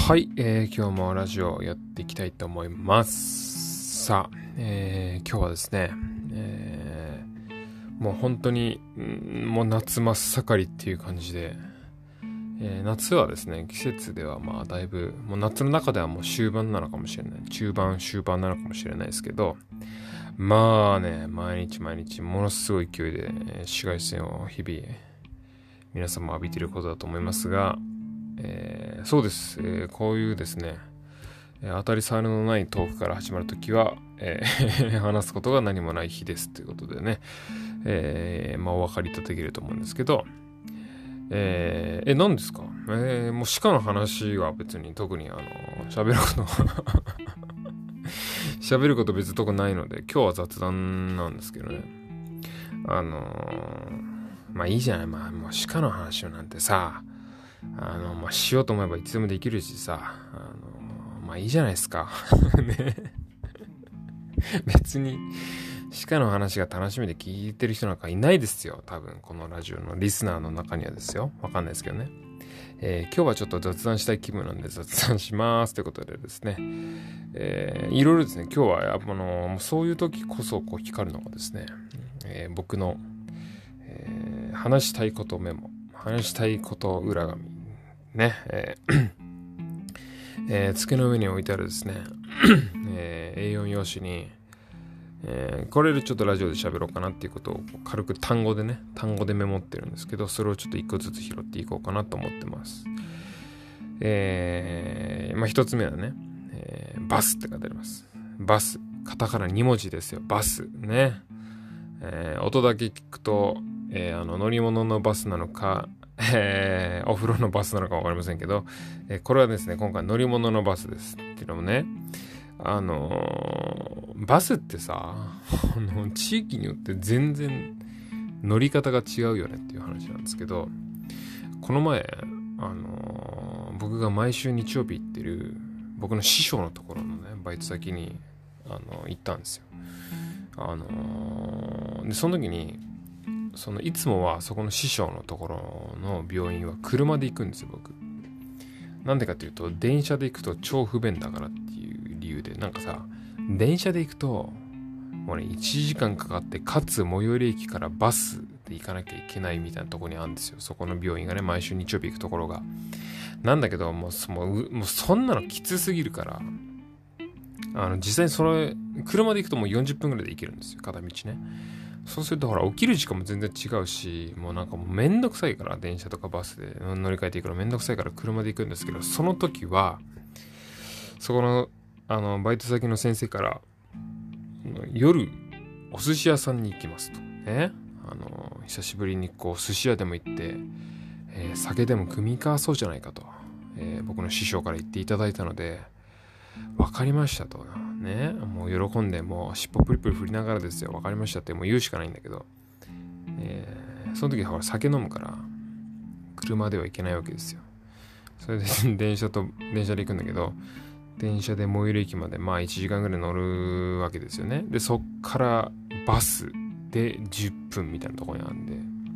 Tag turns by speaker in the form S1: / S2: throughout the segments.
S1: はい、今日もラジオをやっていきたいと思います。さあ、今日はですね、もう本当に、もう夏真っ盛りっていう感じで、夏はですね、季節ではまあだいぶ、もう夏の中ではもう終盤なのかもしれない。終盤なのかもしれないですけど、まあね、毎日ものすごい勢いで、紫外線を日々、皆さんも浴びていることだと思いますが、そうです、こういうですね、当たり障りのないトークから始まるときは、話すことが何もない日ですということでね、お分かりいただけると思うんですけど、何ですか、もう鹿の話は別に特に喋ること別に特にないので、今日は雑談なんですけどね、まあいいじゃない、もう鹿の話をなんてさ、しようと思えばいつでもできるしさ、まあいいじゃないですか。ね。別に、鹿の話が楽しみで聞いてる人なんかいないですよ。多分、このラジオのリスナーの中にはですよ。わかんないですけどね。今日はちょっと雑談したい気分なんで雑談しますということでですね。いろいろですね、今日はそういう時こそこう光るのがですね、僕の、話したいことメモ、話したいこと裏紙、ね、机の上に置いてあるですね、A4 用紙に、これでちょっとラジオで喋ろうかなっていうことを軽く単語でメモってるんですけど、それをちょっと一個ずつ拾っていこうかなと思ってます。一つ目はね、バスって書いてあります。バス、カタカナ2文字ですよ。バスね、音だけ聞くと、乗り物のバスなのか、お風呂のバスなのか分かりませんけど、これはですね、今回乗り物のバスですっていうのもね、バスってさ、地域によって全然乗り方が違うよねっていう話なんですけど、この前、僕が毎週日曜日行ってる僕の師匠のところのね、バイト先に行ったんですよ。でその時にいつもはそこの師匠のところの病院は車で行くんですよ、僕。なんでかっていうと、電車で行くと超不便だからっていう理由で、なんかさ、電車で行くともうね、1時間かかって、かつ最寄り駅からバスで行かなきゃいけないみたいなところにあるんですよ、そこの病院がね、毎週日曜日行くところが。なんだけど、もうそんなのきつすぎるから、実際に車で行くともう40分ぐらいで行けるんですよ、片道ね。そうするとほら、起きる時間も全然違うし、もうなんかもうめんどくさいから、電車とかバスで乗り換えていくのめんどくさいから車で行くんですけど、その時はそこのバイト先の先生から、夜お寿司屋さんに行きますとね、久しぶりにこう寿司屋でも行って、酒でも酌み交わそうじゃないかと、僕の師匠から言っていただいたので、わかりましたとね、もう喜んで、もう尻尾プリプリ振りながらですよ、わかりましたってもう言うしかないんだけど、その時は酒飲むから車では行けないわけですよ。それで電車で行くんだけど、電車で最寄り駅までまあ1時間ぐらい乗るわけですよね。でそっからバスで10分みたいなところにあるん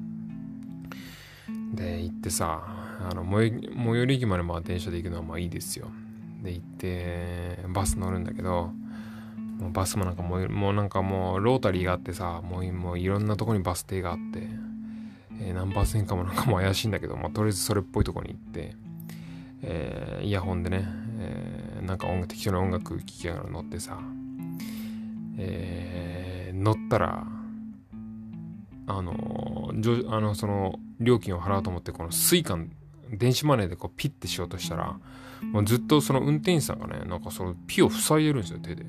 S1: で行ってさ、最寄り駅までまあ電車で行くのはまあいいですよ。で行ってバス乗るんだけど、もうバスもなんかもうロータリーがあってさ、もういろんなとこにバス停があって、何パーセントかもなんかも怪しいんだけど、とりあえずそれっぽいとこに行って、イヤホンでね、なんか適当な音楽聴きながら乗ってさ、乗ったらその料金を払おうと思って、このスイカ電子マネーでこうピッてしようとしたら、もうずっとその運転手さんがね、なんかそのピを塞いでるんですよ、手で。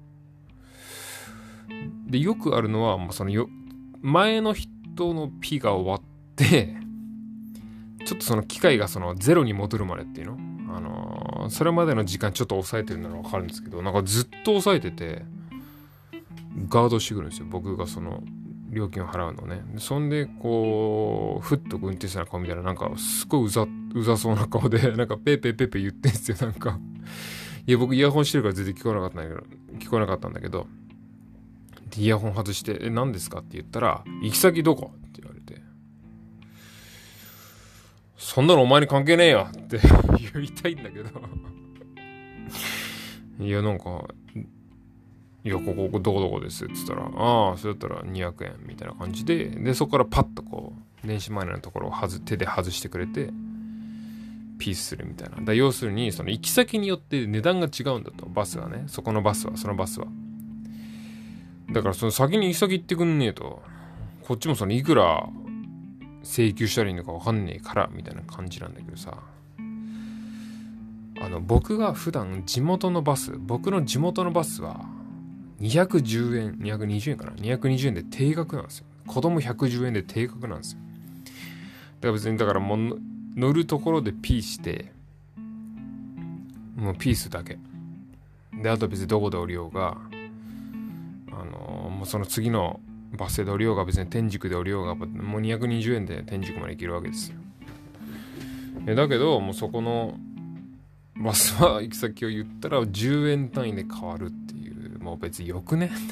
S1: でよくあるのは、前の人のピが終わって、ちょっとその機械がそのゼロに戻るまでっていうの、それまでの時間ちょっと抑えてるのが分かるんですけど、なんかずっと抑えててガードしてくるんですよ、僕がその料金を払うのね。そんでこうふっと運転手さんの顔見たら、なんかすごいうざそうな顔でなんかペーペー言ってんすよ。なんかいや、僕イヤホンしてるから全然聞こえなかったんだけど、イヤホン外して何ですかって言ったら、行き先どこって言われて、そんなのお前に関係ねえよって言いたいんだけどいやなんか、いやここどこですっつったら、ああそれだったら200円みたいな感じで、そこからパッとこう電子マネーのところを手で外してくれてピースするみたいな。要するにその行き先によって値段が違うんだと、バスはね、そのバスはだからその先に行き先行ってくんねえと、こっちもそのいくら請求したらいいのか分かんねえからみたいな感じなんだけどさ、僕が普段僕の地元のバスは210円220円かな、220円で定額なんですよ。子供110円で定額なんですよ。だから別にもう乗るところでピーして、もうピースだけで、あと別にどこで降りようが、もうその次のバス停で降りようが、別に天竺で降りようが、もう220円で天竺まで行けるわけですよ。だけどもうそこのバスは行き先を言ったら10円単位で変わるっていう、もう別によくね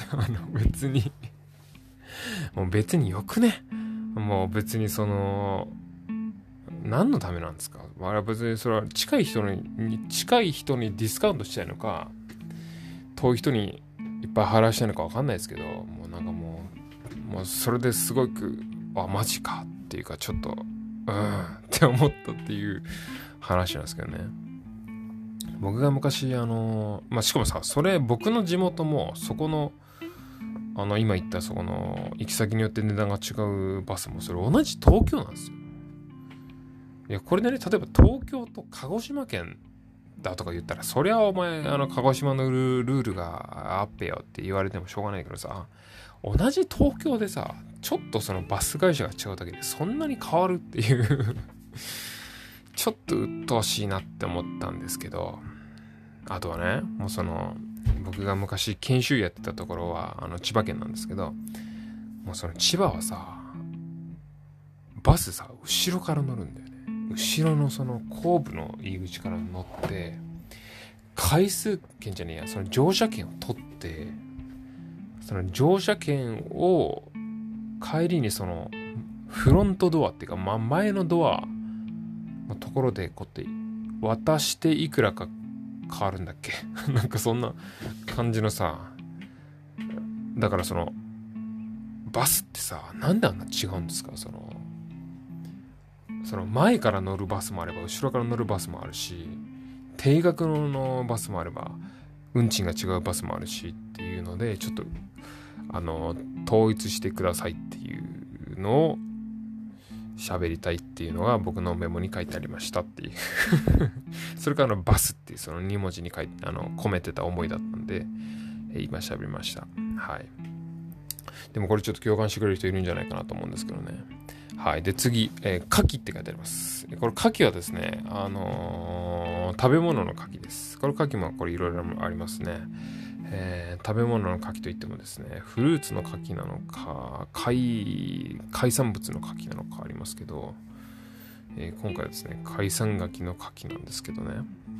S1: もう別によくね、もう別にその何のためなんですか。別にそれは近い人にディスカウントしたいのか、遠い人にいっぱい払いしたいのか分かんないですけど、もうなんかもうそれですごくマジかっていうか、ちょっとって思ったっていう話なんですけどね。僕が昔しかもさ、それ僕の地元もそこの今言ったそこの行き先によって値段が違うバスもそれ同じ東京なんですよ。いやこれでね、例えば東京と鹿児島県だとか言ったら、そりゃお前鹿児島のルールがあっぺよって言われてもしょうがないけどさ、同じ東京でさ、ちょっとそのバス会社が違うだけでそんなに変わるっていうちょっと鬱陶しいなって思ったんですけど、あとはね、もうその僕が昔研修やってたところは千葉県なんですけど、もうその千葉はさ、バスさ後ろから乗るんだよね。後ろのその後部の入り口から乗って、回数券じゃねえや、その乗車券を取って、その乗車券を帰りにそのフロントドアっていうか、前のドアのところでこうやって渡していくらか変わるんだっけなんかそんな感じのさ。だからそのバスってさ、なんであんな違うんですか。その前から乗るバスもあれば後ろから乗るバスもあるし、定額のバスもあれば運賃が違うバスもあるしっていうので、ちょっと統一してくださいっていうのを喋りたいっていうのが僕のメモに書いてありましたっていうそれからバスっていうその2文字に込めてた思いだったんで、今喋りました。はい。でもこれちょっと共感してくれる人いるんじゃないかなと思うんですけどね。はい。で次、牡蠣って書いてあります。これ牡蠣はですね、食べ物の牡蠣です。これ牡蠣もこれいろいろありますね。食べ物の牡蠣といってもですね、フルーツの牡蠣なのか海産物の牡蠣なのかありますけど、今回はですね海産牡蠣の牡蠣なんですけどね、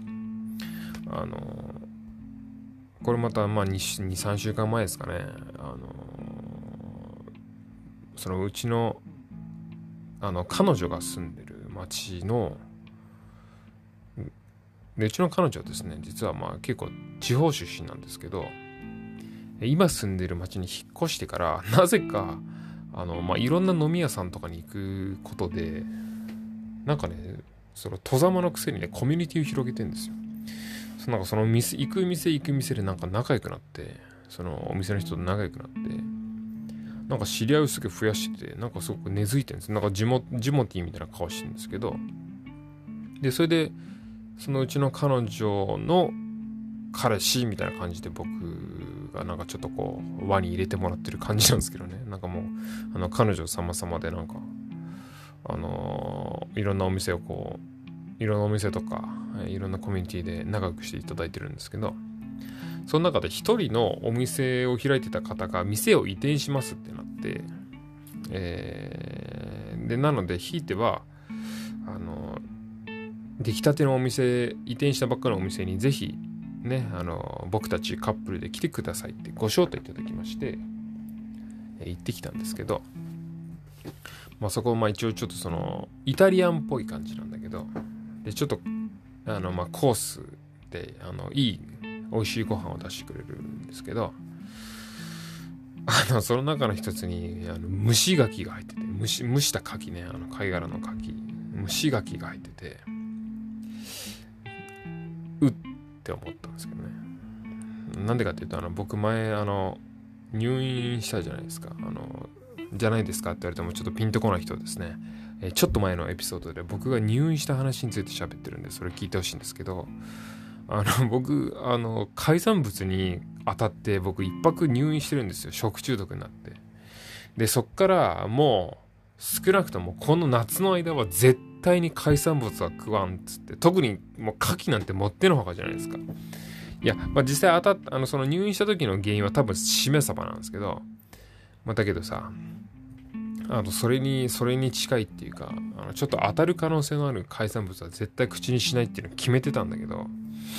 S1: これまた2,3 週間前ですかね、そのうちの彼女が住んでる町ので、うちの彼女はですね、実は結構地方出身なんですけど、今住んでる町に引っ越してからなぜかいろんな飲み屋さんとかに行くことで、なんかね、その戸様のくせにねコミュニティを広げてんですよ。なんかその行く店でなんか仲良くなって、そのお店の人と仲良くなって、なんか知り合いをすげえ増やしてて、なんかすごく根付いてるんです。なんかジモティーみたいな顔してるんですけど、でそれでそのうちの彼女の彼氏みたいな感じで僕がなんかちょっとこう輪に入れてもらってる感じなんですけどね。なんかもう彼女様々でなんかいろんなお店とかいろんなコミュニティで仲良くしていただいてるんですけど、その中で一人のお店を開いてた方が店を移転しますってなって、でなのでひいては出来たてのお店、移転したばっかのお店にぜひね、僕たちカップルで来てくださいってご招待いただきまして、行ってきたんですけど、そこ一応ちょっとそのイタリアンっぽい感じなんだけど、でちょっとコースでいい美味しいご飯を出してくれるんですけど、その中の一つに蒸し牡蠣が入ってて、蒸した牡蠣ね、貝殻の牡蠣、蒸し牡蠣が入ってて、って思ったんですけどね。なんでかっていうと、僕前入院したじゃないですか。じゃないですかって言われてもちょっとピンとこない人ですね。ちょっと前のエピソードで僕が入院した話について喋ってるんで、それ聞いてほしいんですけど、僕海産物に当たって僕一泊入院してるんですよ。食中毒になって。でそっからもう少なくともこの夏の間は絶対に海産物は食わんっつって、特にもう牡蠣なんてもってのほかじゃないですか。いや、実際その入院した時の原因は多分しめ鯖なんですけど、だけどさ、それに近いっていうか、ちょっと当たる可能性のある海産物は絶対口にしないっていうのを決めてたんだけど、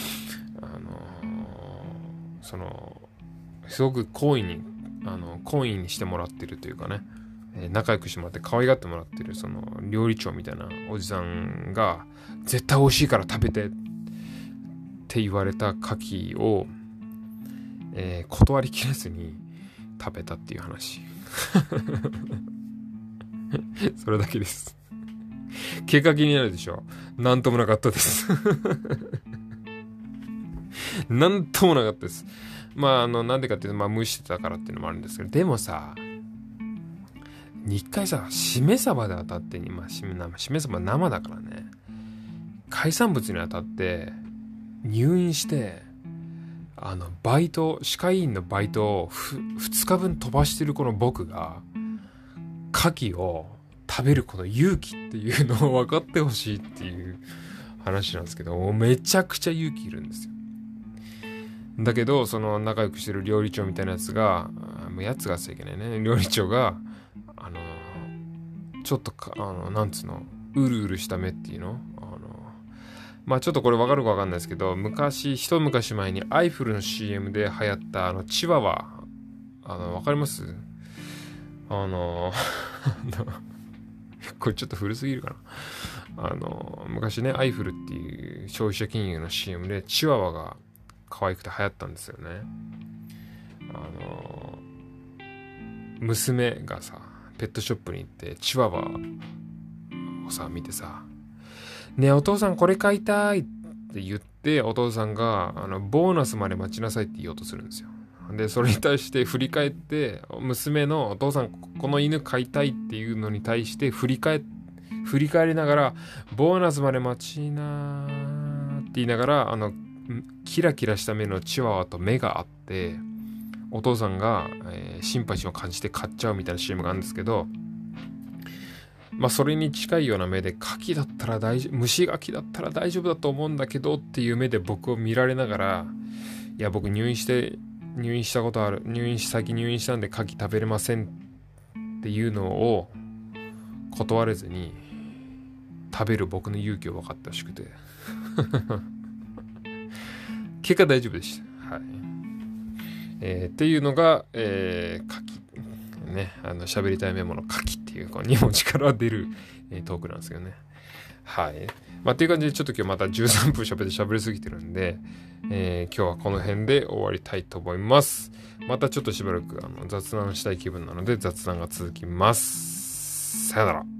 S1: すごく好意にしてもらってるというかね、仲良くしてもらって可愛がってもらってるその料理長みたいなおじさんが絶対美味しいから食べてって言われた牡蠣を、断りきれずに食べたっていう話それだけです。結果気になるでしょ。なんともなかったですなんともなかったです。なんでかっていうと、蒸してたからっていうのもあるんですけど、でもさ、一回さ、しめ鯖で当たってに、しめ鯖生だからね、海産物に当たって入院して、歯科医院のバイトを2日分飛ばしてるこの僕が牡蠣を食べるこの勇気っていうのを分かってほしいっていう話なんですけど、めちゃくちゃ勇気いるんですよ。だけどその仲良くしてる料理長みたいなやつが、もうやつがしちゃいけないね、料理長がちょっとなんつうの、うるうるした目っていうの、ちょっとこれ分かるか分かんないですけど、一昔前にアイフルの CM で流行ったチワワ、分かります？これちょっと古すぎるかな。昔ね、アイフルっていう消費者金融の CM でチワワが可愛くて流行ったんですよね。娘がさ、ペットショップに行ってチワワをさ見てさ、ねえお父さんこれ買いたいって言って、お父さんがボーナスまで待ちなさいって言おうとするんですよ。でそれに対して振り返って、娘のお父さんこの犬飼いたいっていうのに対して振り返りながら、ボーナスまで待ちなーって言いながら、キラキラした目のチワワと目があって、お父さんが、シンパシーを感じて買っちゃうみたいな CM があるんですけど、それに近いような目で、蒸し牡蠣だったら大丈夫だと思うんだけどっていう目で僕を見られながら、いや僕最近入院したんで牡蠣食べれませんっていうのを断れずに食べる僕の勇気を分かってほしくて結果大丈夫でした。はい。っていうのが、牡蠣ね、喋りたいメモの牡蠣っていう2文字から出る、トークなんですけどね。はい。っていう感じでちょっと今日また13分喋りすぎてるんで、今日はこの辺で終わりたいと思います。またちょっとしばらく雑談したい気分なので雑談が続きます。さよなら。